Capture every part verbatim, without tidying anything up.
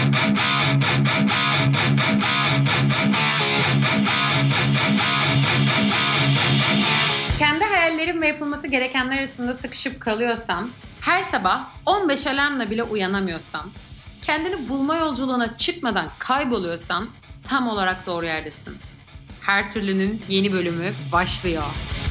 Kendi hayallerim ve yapılması gerekenler arasında sıkışıp kalıyorsam, her sabah on beş alarmla bile uyanamıyorsam, kendini bulma yolculuğuna çıkmadan kayboluyorsan tam olarak doğru yerdesin. Her Türlü'nün yeni bölümü başlıyor.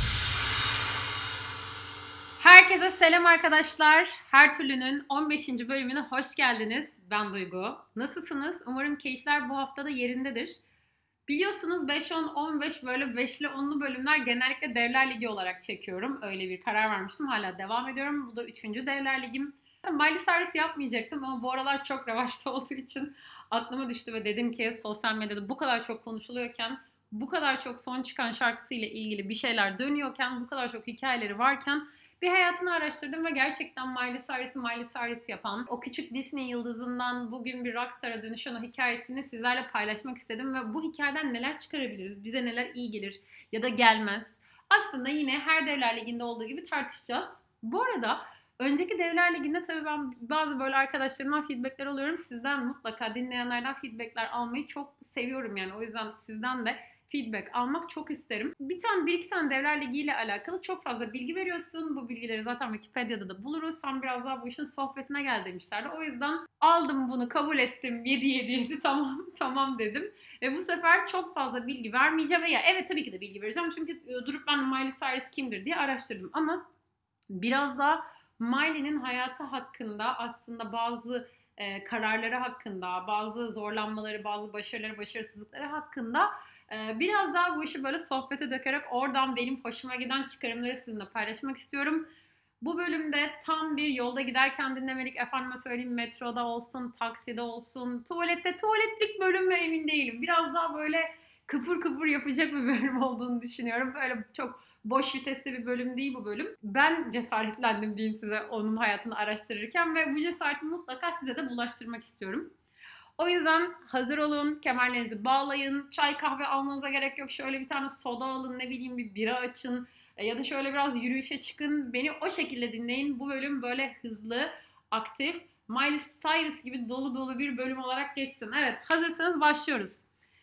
Herkese selam arkadaşlar. Her Türlü'nün on beşinci bölümüne hoş geldiniz. Ben Duygu. Nasılsınız? Umarım keyifler bu haftada yerindedir. Biliyorsunuz beş on on beş böyle beşli onlu bölümler genellikle Devler Ligi olarak çekiyorum. Öyle bir karar vermiştim. Hala devam ediyorum. Bu da üçüncü Devler Ligim. Miley Cyrus yapmayacaktım ama bu aralar çok revaçta olduğu için aklıma düştü ve dedim ki sosyal medyada bu kadar çok konuşuluyorken, bu kadar çok son çıkan şarkısıyla ilgili bir şeyler dönüyorken, bu kadar çok hikayeleri varken bir hayatını araştırdım ve gerçekten Miley Cyrus'ı Miley Cyrus yapan, o küçük Disney yıldızından bugün bir rockstar'a dönüşen o hikayesini sizlerle paylaşmak istedim ve bu hikayeden neler çıkarabiliriz, bize neler iyi gelir ya da gelmez. Aslında yine her Devler Ligi'nde olduğu gibi tartışacağız. Bu arada önceki Devler Ligi'nde tabii ben bazı böyle arkadaşlarımdan feedbackler alıyorum. Sizden mutlaka dinleyenlerden feedbackler almayı çok seviyorum yani. O yüzden sizden de feedback almak çok isterim. Bir tane, bir iki tane Devler Ligi ile alakalı çok fazla bilgi veriyorsun. Bu bilgileri zaten Wikipedia'da da buluruz. Sen biraz daha bu işin sohbetine gel demişlerdi. O yüzden aldım bunu, kabul ettim. Yedi yedi yedi tamam tamam dedim. Ve bu sefer çok fazla bilgi vermeyeceğim. Ya evet tabii ki de bilgi vereceğim. Çünkü durup ben Miley Cyrus kimdir diye araştırdım. Ama biraz daha Miley'nin hayatı hakkında aslında bazı e, kararları hakkında, bazı zorlanmaları, bazı başarıları, başarısızlıkları hakkında e, biraz daha bu işi böyle sohbete dökerek oradan benim hoşuma giden çıkarımları sizinle paylaşmak istiyorum. Bu bölümde tam bir yolda giderken dinlemelik, efendime söyleyeyim metroda olsun, takside olsun, tuvalette, tuvaletlik bölüm mü emin değilim. Biraz daha böyle kıpır kıpır yapacak bir bölüm olduğunu düşünüyorum. Böyle çok boş viteste bir bölüm değil bu bölüm. Ben cesaretlendim diyeyim size onun hayatını araştırırken ve bu cesareti mutlaka size de bulaştırmak istiyorum. O yüzden hazır olun, kemerlerinizi bağlayın, çay kahve almanıza gerek yok. Şöyle bir tane soda alın, ne bileyim bir bira açın ya da şöyle biraz yürüyüşe çıkın. Beni o şekilde dinleyin. Bu bölüm böyle hızlı, aktif, Miley Cyrus gibi dolu dolu bir bölüm olarak geçsin. Evet, hazırsanız başlıyoruz.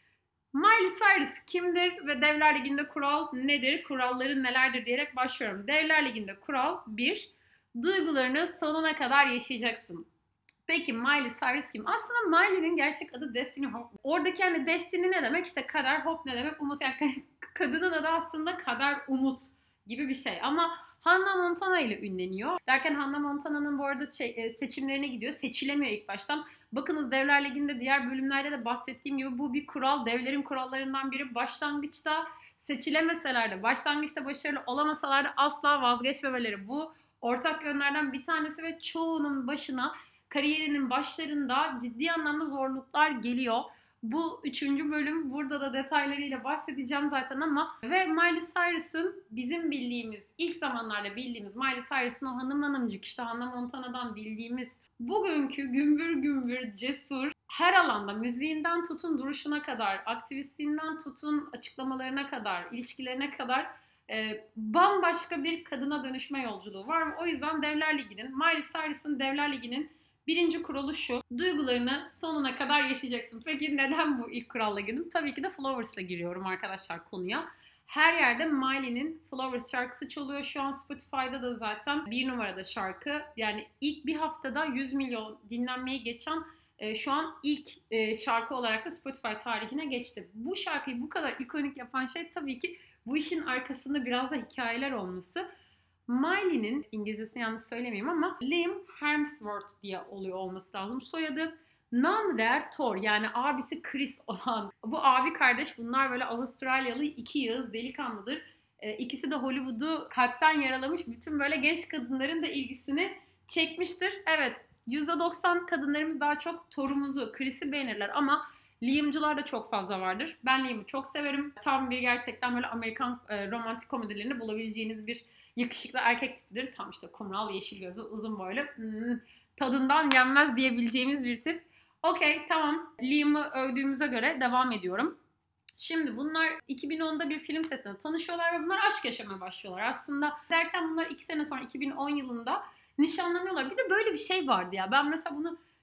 Miley Cyrus kimdir ve Devler Ligi'nde kural nedir, kuralları nelerdir diyerek başlıyorum. Devler Ligi'nde kural bir. Duygularını sonuna kadar yaşayacaksın. Peki Miley Cyrus kim? Aslında Miley'nin gerçek adı Destiny Hope. Oradaki hani Destiny ne demek? İşte kader, Hope ne demek? Umut. Yani kadının adı aslında kader, umut gibi bir şey. Ama Hannah Montana ile ünleniyor. Derken Hannah Montana'nın bu arada şey, seçimlerine gidiyor. Seçilemiyor ilk baştan. Bakınız Devler Ligi'nde diğer bölümlerde de bahsettiğim gibi bu bir kural. Devlerin kurallarından biri. Başlangıçta seçilemeseler de, başlangıçta başarılı olamasalar da asla vazgeçmemeleri. Bu ortak yönlerden bir tanesi ve çoğunun başına kariyerinin başlarında ciddi anlamda zorluklar geliyor. Bu üçüncü bölüm, burada da detaylarıyla bahsedeceğim zaten ama ve Miley Cyrus'ın bizim bildiğimiz, ilk zamanlarda bildiğimiz Miley Cyrus'ın o hanım hanımcık işte Hannah Montana'dan bildiğimiz bugünkü gümbür gümbür cesur, her alanda müziğinden tutun duruşuna kadar, aktivistliğinden tutun açıklamalarına kadar, ilişkilerine kadar e, bambaşka bir kadına dönüşme yolculuğu var. O yüzden Devler Ligi'nin, Miley Cyrus'ın Devler Ligi'nin birinci kuralı şu: duygularını sonuna kadar yaşayacaksın. Peki neden bu ilk kuralla girdim? Tabii ki de Flowers'la giriyorum arkadaşlar konuya. Her yerde Miley'nin Flowers şarkısı çalıyor. Şu an Spotify'da da zaten bir numarada şarkı. Yani ilk bir haftada yüz milyon dinlenmeyi geçen e, şu an ilk e, şarkı olarak da Spotify tarihine geçti. Bu şarkıyı bu kadar ikonik yapan şey tabii ki bu işin arkasında biraz da hikayeler olması. Miley'nin, İngilizcesini yanlış söylemeyeyim ama Liam Hemsworth diye oluyor olması lazım soyadı. Namı değer Thor, yani abisi Chris olan bu abi kardeş, bunlar böyle Avustralyalı iki yağız delikanlıdır. E, ikisi de Hollywood'u kalpten yaralamış, bütün böyle genç kadınların da ilgisini çekmiştir. Evet, yüzde doksan kadınlarımız daha çok Thor'umuzu, Chris'i beğenirler ama Liam'cılar da çok fazla vardır. Ben Liam'ı çok severim. Tam bir gerçekten böyle Amerikan e, romantik komedilerinde bulabileceğiniz bir yakışıklı erkek tipidir. Tam işte kumral, yeşil gözü, uzun boylu, hmm, tadından yenmez diyebileceğimiz bir tip. Okey, tamam. Liam'ı övdüğümüze göre devam ediyorum. Şimdi bunlar iki bin onda bir film setinde tanışıyorlar ve bunlar aşk yaşamaya başlıyorlar. Aslında derken bunlar iki sene sonra iki bin on yılında nişanlanıyorlar. Bir de böyle bir şey vardı ya. Ben mesela bunu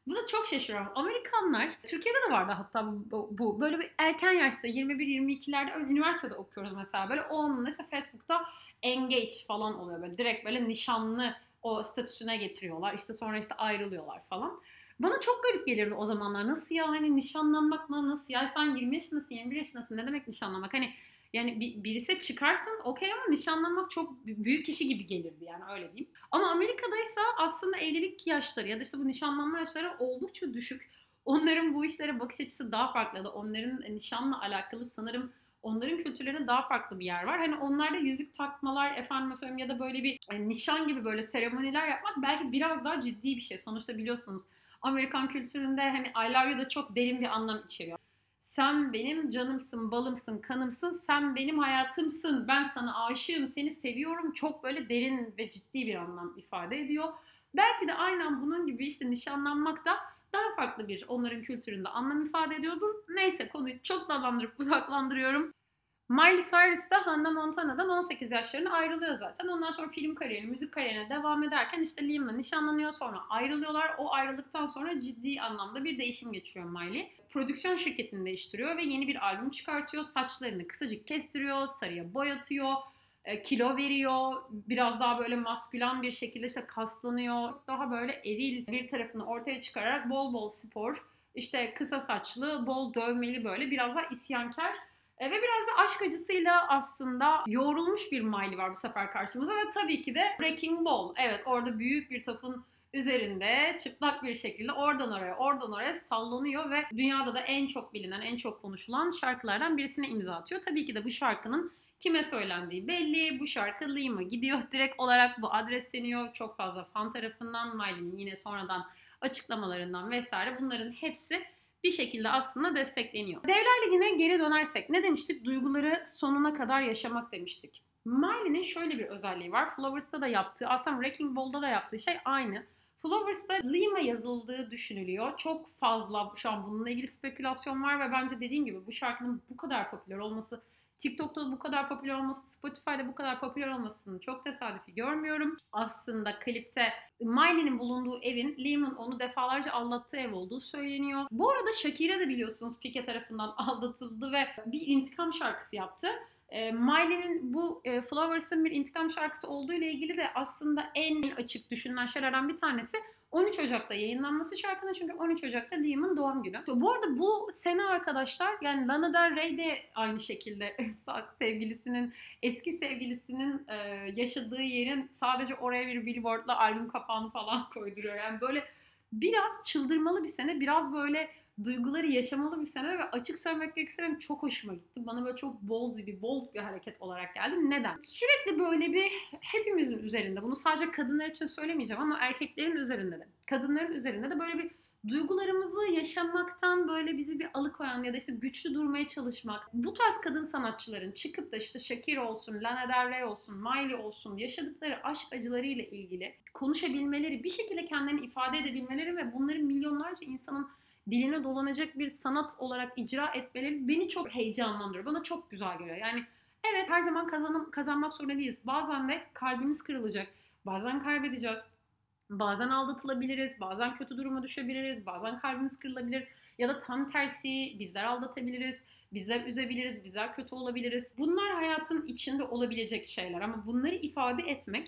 Buna çok şaşırıyorum. Amerikanlar, Türkiye'de de vardı hatta bu, bu. Böyle bir erken yaşta yirmi bir yirmi ikilerde üniversitede okuyoruz mesela. Böyle o onunla işte Facebook'ta engage falan oluyor. Böyle direkt böyle nişanlı o statüsüne getiriyorlar. İşte sonra işte ayrılıyorlar falan. Bana çok garip gelirdi o zamanlar. Nasıl ya, hani nişanlanmak mı, nasıl ya, sen yirmi yaşındasın yirmi bir yaşındasın, ne demek nişanlanmak? Hani yani bir, birisi çıkarsın okey, ama nişanlanmak çok büyük işi gibi gelirdi, yani öyle diyeyim. Ama Amerika'daysa aslında evlilik yaşları ya da işte bu nişanlanma yaşları oldukça düşük. Onların bu işlere bakış açısı daha farklı, ya da onların nişanla alakalı sanırım onların kültürlerinde daha farklı bir yer var. Hani onlarda yüzük takmalar, efendim söyleyeyim, ya da böyle bir yani nişan gibi böyle seremoniler yapmak belki biraz daha ciddi bir şey. Sonuçta biliyorsunuz Amerikan kültüründe hani I love you da çok derin bir anlam içeriyor. Sen benim canımsın, balımsın, kanımsın, sen benim hayatımsın, ben sana aşığım, seni seviyorum. Çok böyle derin ve ciddi bir anlam ifade ediyor. Belki de aynen bunun gibi işte nişanlanmak da daha farklı bir onların kültüründe anlam ifade ediyordur. Neyse, konuyu çok dallandırıp budaklandırıyorum. Miley Cyrus da Hannah Montana'dan on sekiz yaşlarında ayrılıyor zaten. Ondan sonra film kariyeri, müzik kariyerine devam ederken işte Liam'la nişanlanıyor, sonra ayrılıyorlar. O ayrılıktan sonra ciddi anlamda bir değişim geçiriyor Miley. Prodüksiyon şirketini değiştiriyor ve yeni bir albüm çıkartıyor. Saçlarını kısacık kestiriyor, sarıya boyatıyor, e, kilo veriyor. Biraz daha böyle maskülen bir şekilde işte kaslanıyor. Daha böyle eril bir tarafını ortaya çıkararak bol bol spor, işte kısa saçlı, bol dövmeli, böyle biraz daha isyankar e, ve biraz da aşk acısıyla aslında yoğrulmuş bir Miley var bu sefer karşımıza ve tabii ki de Wrecking Ball. Evet, orada büyük bir topun üzerinde çıplak bir şekilde oradan oraya oradan oraya sallanıyor ve dünyada da en çok bilinen, en çok konuşulan şarkılardan birisine imza atıyor. Tabii ki de bu şarkının kime söylendiği belli. Bu şarkı Liam'a gidiyor. Direkt olarak bu adresleniyor. Çok fazla fan tarafından, Miley'nin yine sonradan açıklamalarından vesaire, bunların hepsi bir şekilde aslında destekleniyor. Devler Ligi'ne geri dönersek ne demiştik? Duyguları sonuna kadar yaşamak demiştik. Miley'nin şöyle bir özelliği var. Flowers'ta da yaptığı, aslında Wrecking Ball'da da yaptığı şey aynı. Flowers'ta Liam'a yazıldığı düşünülüyor. Çok fazla şu an bununla ilgili spekülasyon var ve bence dediğim gibi bu şarkının bu kadar popüler olması, TikTok'ta bu kadar popüler olması, Spotify'da bu kadar popüler olmasını çok tesadüfi görmüyorum. Aslında klipte Miley'nin bulunduğu evin Liam'ın onu defalarca aldattığı ev olduğu söyleniyor. Bu arada Shakira da biliyorsunuz Pique tarafından aldatıldı ve bir intikam şarkısı yaptı. E, Miley'nin bu e, Flowers'ın bir intikam şarkısı olduğu ile ilgili de aslında en açık düşünülen şeylerden bir tanesi on üç Ocak'ta yayınlanması şarkının, çünkü on üç Ocak'ta Liam'ın doğum günü. Bu arada bu sene arkadaşlar, yani Lana Del Rey de aynı şekilde sevgilisinin, eski sevgilisinin e, yaşadığı yerin sadece oraya bir billboardla albüm kapağını falan koyduruyor. Yani böyle biraz çıldırmalı bir sene, biraz böyle duyguları yaşamalı bir sene ve açık söylemek gerekirse benim çok hoşuma gitti. Bana böyle çok ballsy bir, bold bir hareket olarak geldi. Neden? Sürekli böyle bir, hepimizin üzerinde, bunu sadece kadınlar için söylemeyeceğim ama erkeklerin üzerinde de, kadınların üzerinde de böyle bir duygularımızı yaşamaktan böyle bizi bir alıkoyan ya da işte güçlü durmaya çalışmak. Bu tarz kadın sanatçıların çıkıp da işte Shakira olsun, Lana Del Rey olsun, Miley olsun, yaşadıkları aşk acılarıyla ilgili konuşabilmeleri, bir şekilde kendilerini ifade edebilmeleri ve bunların milyonlarca insanın diline dolanacak bir sanat olarak icra etmeleri beni çok heyecanlandırıyor. Bana çok güzel geliyor. Yani evet, her zaman kazan kazanmak zorunda değiliz. Bazen de kalbimiz kırılacak. Bazen kaybedeceğiz. Bazen aldatılabiliriz. Bazen kötü duruma düşebiliriz. Bazen kalbimiz kırılabilir. Ya da tam tersi, bizler aldatabiliriz. Bizler üzebiliriz. Bizler kötü olabiliriz. Bunlar hayatın içinde olabilecek şeyler. Ama bunları ifade etmek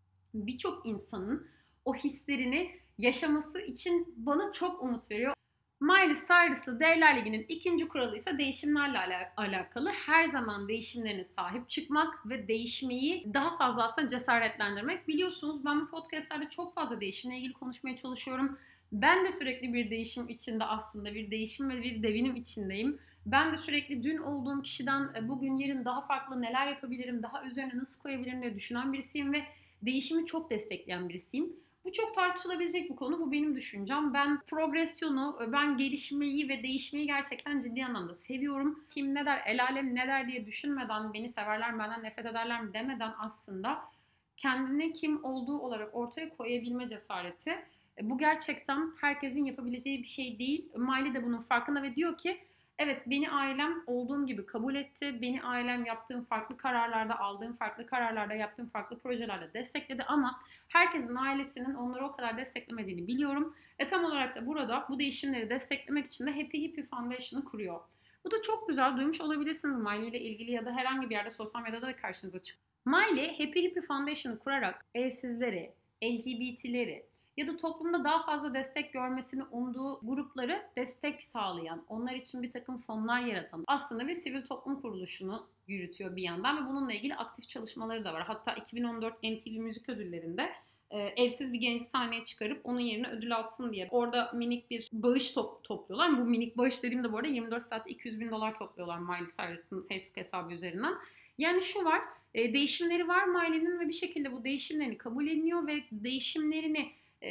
birçok insanın o hislerini yaşaması için bana çok umut veriyor. Miley Cyrus'lı Devler Ligi'nin ikinci kuralı ise değişimlerle alakalı. Her zaman değişimlerine sahip çıkmak ve değişmeyi daha fazla aslında cesaretlendirmek. Biliyorsunuz ben bu podcastlerde çok fazla değişimle ilgili konuşmaya çalışıyorum. Ben de sürekli bir değişim içinde, aslında bir değişim ve bir devinim içindeyim. Ben de sürekli dün olduğum kişiden bugün yarın daha farklı neler yapabilirim, daha üzerine nasıl koyabilirim diye düşünen birisiyim ve değişimi çok destekleyen birisiyim. Bu çok tartışılabilecek bir konu. Bu benim düşüncem. Ben progresyonu, ben gelişmeyi ve değişmeyi gerçekten ciddi anlamda seviyorum. Kim ne der, el alem ne der diye düşünmeden, beni severler mi, benden nefret ederler mi demeden aslında kendini kim olduğu olarak ortaya koyabilme cesareti. Bu gerçekten herkesin yapabileceği bir şey değil. Miley de bunun farkında ve diyor ki Evet, beni ailem olduğum gibi kabul etti. Beni ailem yaptığım farklı kararlarda, aldığım farklı kararlarda, yaptığım farklı projelerde destekledi ama herkesin ailesinin onları o kadar desteklemediğini biliyorum. E tam olarak da burada bu değişimleri desteklemek için de Happy Hippie Foundation'ı kuruyor. Bu da çok güzel. Duymuş olabilirsiniz Miley ile ilgili ya da herhangi bir yerde sosyal medyada da karşınıza çıkıyor. Miley Happy Hippie Foundation'ı kurarak evsizleri, L G B T'leri ya da toplumda daha fazla destek görmesini umduğu grupları destek sağlayan, onlar için bir takım fonlar yaratan aslında bir sivil toplum kuruluşunu yürütüyor bir yandan ve bununla ilgili aktif çalışmaları da var. Hatta iki bin on dört M T V Müzik Ödülleri'nde e, evsiz bir genci sahneye çıkarıp onun yerine ödül alsın diye orada minik bir bağış top, topluyorlar. Bu minik bağış dediğimde bu arada yirmi dört saatte iki yüz bin dolar topluyorlar Miley Cyrus'ın Facebook hesabı üzerinden. Yani şu var, e, değişimleri var Miley'nin ve bir şekilde bu değişimlerini kabul ediyor ve değişimlerini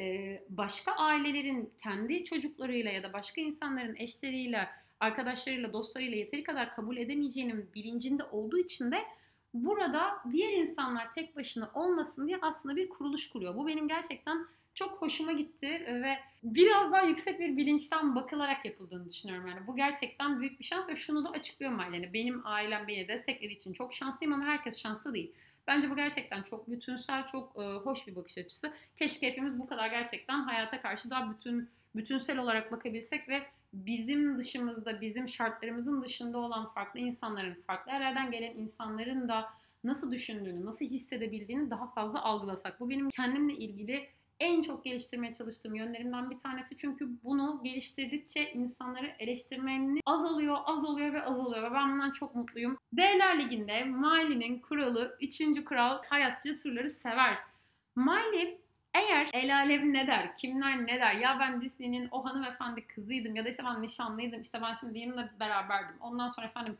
başka ailelerin kendi çocuklarıyla ya da başka insanların eşleriyle, arkadaşlarıyla, dostlarıyla yeteri kadar kabul edemeyeceğinin bilincinde olduğu için de burada diğer insanlar tek başına olmasın diye aslında bir kuruluş kuruyor. Bu benim gerçekten çok hoşuma gitti ve biraz daha yüksek bir bilinçten bakılarak yapıldığını düşünüyorum. Yani bu gerçekten büyük bir şans ve şunu da açıklıyorum Ailene. Benim ailem beni desteklediği için çok şanslıyım ama herkes şanslı değil. Bence bu gerçekten çok bütünsel, çok e, hoş bir bakış açısı. Keşke hepimiz bu kadar gerçekten hayata karşı daha bütün bütünsel olarak bakabilsek ve bizim dışımızda, bizim şartlarımızın dışında olan farklı insanların, farklı yerlerden gelen insanların da nasıl düşündüğünü, nasıl hissedebildiğini daha fazla algılasak. Bu benim kendimle ilgili en çok geliştirmeye çalıştığım yönlerimden bir tanesi. Çünkü bunu geliştirdikçe insanları eleştirmenin azalıyor, azalıyor ve azalıyor. Ve ben bundan çok mutluyum. Değerler Ligi'nde Miley'nin kuralı, üçüncü kural hayat cesurları sever. Miley eğer el alem ne der, kimler ne der, ya ben Disney'nin o hanımefendi kızıydım ya da işte ben nişanlıydım, işte ben şimdi diğerinle beraberdim. Ondan sonra efendim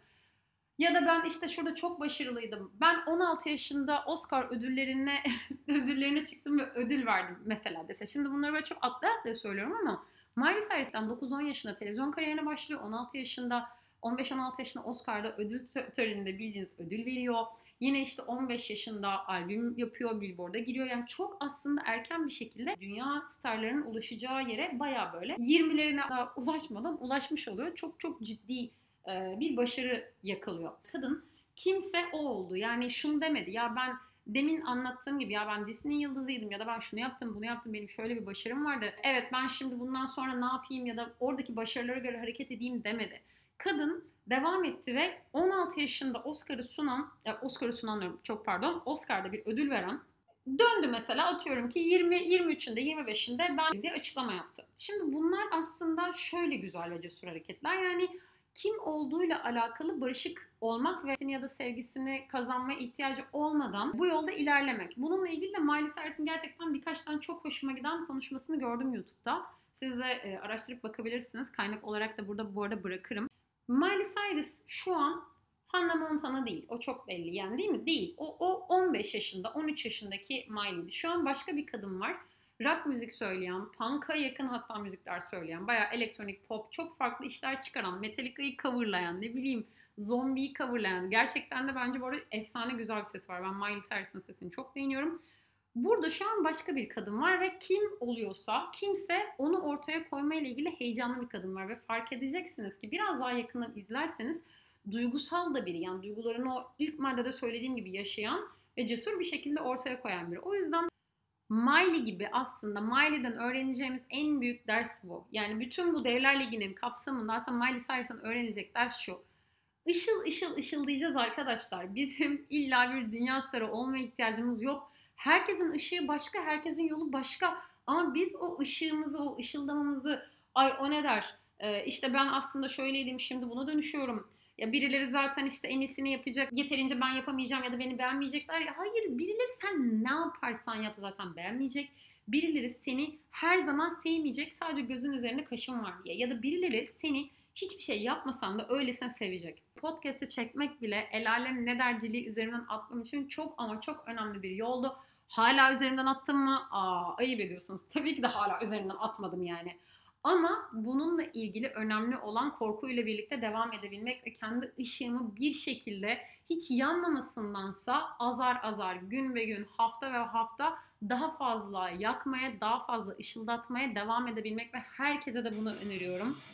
ya da ben işte şurada çok başarılıydım. Ben on altı yaşında Oscar ödüllerine ödüllerine çıktım ve ödül verdim mesela dese. Şimdi bunları böyle çok atlı atlı söylüyorum ama Miley Cyrus'tan dokuz on yaşında televizyon kariyerine başlıyor. on altı yaşında, on beş on altı yaşında Oscar'da ödül töreninde bildiğiniz ödül veriyor. Yine işte on beş yaşında albüm yapıyor, Billboard'a giriyor. Yani çok aslında erken bir şekilde dünya starlarının ulaşacağı yere baya böyle yirmilerine daha ulaşmadan ulaşmış oluyor. Çok çok ciddi bir başarı yakalıyor. Kadın kimse o oldu. Yani şunu demedi. Ya ben demin anlattığım gibi ya ben Disney yıldızıydım ya da ben şunu yaptım bunu yaptım benim şöyle bir başarım vardı. Evet ben şimdi bundan sonra ne yapayım ya da oradaki başarılara göre hareket edeyim demedi. Kadın devam etti ve on altı yaşında Oscar'ı sunan, Oscar'ı sunan çok pardon, Oscar'da bir ödül veren döndü mesela atıyorum ki yirmi yirmi üçünde yirmi beşinde ben diye açıklama yaptı. Şimdi bunlar aslında şöyle güzel ve cesur hareketler. Yani kim olduğuyla alakalı barışık olmak ve ya da sevgisini kazanmaya ihtiyacı olmadan bu yolda ilerlemek. Bununla ilgili de Miley Cyrus'ın gerçekten birkaç tane çok hoşuma giden konuşmasını gördüm YouTube'da. Siz de e, araştırıp bakabilirsiniz. Kaynak olarak da burada bu arada bırakırım. Miley Cyrus şu an Hannah Montana değil. O çok belli yani değil mi? Değil. O, o on beş yaşında, on üç yaşındaki Miley'di. Şu an başka bir kadın var. Rock müzik söyleyen, punk'a yakın hatta müzikler söyleyen, bayağı elektronik pop, çok farklı işler çıkaran, Metallica'yı coverlayan, ne bileyim Zombie'yi coverlayan. Gerçekten de bence bu arada efsane güzel bir ses var. Ben Miley Cyrus'ın sesini çok beğeniyorum. Burada şu an başka bir kadın var ve kim oluyorsa kimse onu ortaya koyma ile ilgili heyecanlı bir kadın var ve fark edeceksiniz ki biraz daha yakından izlerseniz duygusal da biri. Yani duygularını o ilk maddede söylediğim gibi yaşayan ve cesur bir şekilde ortaya koyan biri. O yüzden Miley gibi aslında Miley'den öğreneceğimiz en büyük ders bu. Yani bütün bu Devler Ligi'nin kapsamında aslında Miley Cyrus'tan öğrenecek ders şu. Işıl ışıl ışıldayacağız arkadaşlar. Bizim illa bir dünya starı olmaya ihtiyacımız yok. Herkesin ışığı başka, herkesin yolu başka. Ama biz o ışığımızı, o ışıldamamızı, ay o ne der? Ee, işte ben aslında şöyleydim, şimdi buna dönüşüyorum. Ya birileri zaten işte en iyisini yapacak, yeterince ben yapamayacağım ya da beni beğenmeyecekler. Ya hayır, birileri sen ne yaparsan yap zaten beğenmeyecek. Birileri seni her zaman sevmeyecek, sadece gözün üzerinde kaşın var diye. Ya da birileri seni hiçbir şey yapmasan da öylesine sevecek. Podcast'ı çekmek bile el alem ne derciliği üzerimden attığım için çok ama çok önemli bir yoldu. Hala üzerimden attım mı? Aa, ayıp ediyorsunuz. Tabii ki de hala üzerimden atmadım yani. Ama bununla ilgili önemli olan korkuyla birlikte devam edebilmek ve kendi ışığımı bir şekilde hiç yanmamasındansa azar azar gün ve gün hafta ve hafta daha fazla yakmaya, daha fazla ışıldatmaya devam edebilmek ve herkese de bunu öneriyorum.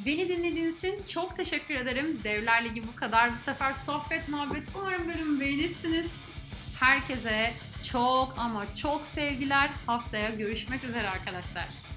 Beni dinlediğiniz için çok teşekkür ederim. Devler Ligi bu kadar. Bu sefer sohbet, muhabbet. Umarım bölümü beğenirsiniz. Herkese çok ama çok sevgiler. Haftaya görüşmek üzere arkadaşlar.